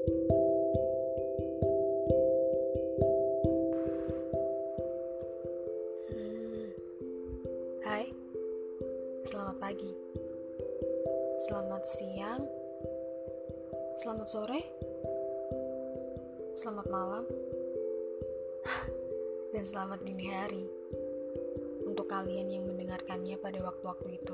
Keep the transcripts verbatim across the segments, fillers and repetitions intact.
Hmm. Hai, selamat pagi, selamat siang, selamat sore, selamat malam, dan selamat dini hari untuk kalian yang mendengarkannya pada waktu-waktu itu.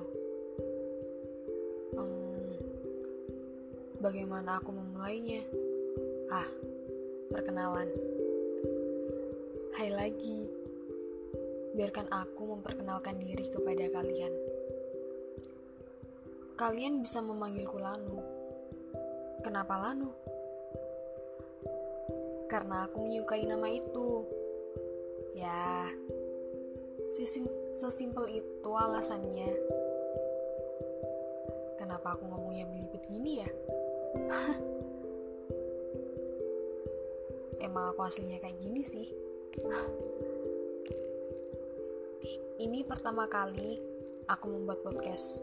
Hmm, bagaimana aku memulainya? Ah, perkenalan. Hai lagi, biarkan aku memperkenalkan diri kepada kalian. Kalian bisa memanggilku Lanu. Kenapa Lanu? Karena aku menyukai nama itu. Ya, sesim- sesimpel itu alasannya. Kenapa aku ngomongnya belibet gini ya? Emang aku aslinya kayak gini sih. Ini pertama kali aku membuat podcast.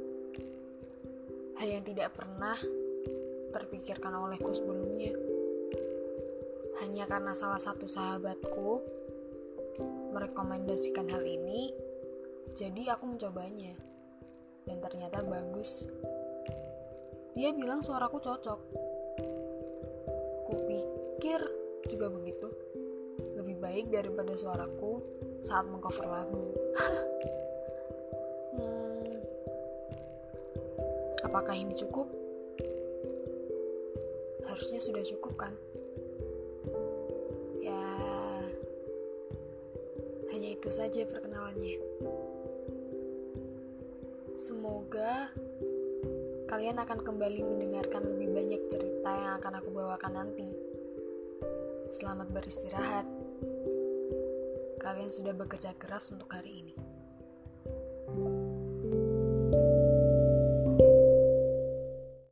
Hal yang tidak pernah terpikirkan olehku sebelumnya. Hanya karena salah satu sahabatku merekomendasikan hal ini, jadi aku mencobanya. Dan ternyata bagus. Dia bilang suaraku cocok. Kupikir juga begitu. Lebih baik daripada suaraku saat mengcover lagu. hmm, apakah ini cukup? Harusnya sudah cukup kan? Ya, hanya itu saja perkenalannya. Semoga kalian akan kembali mendengarkan lebih banyak cerita yang akan aku bawakan nanti. Selamat beristirahat. Kalian sudah bekerja keras untuk hari ini.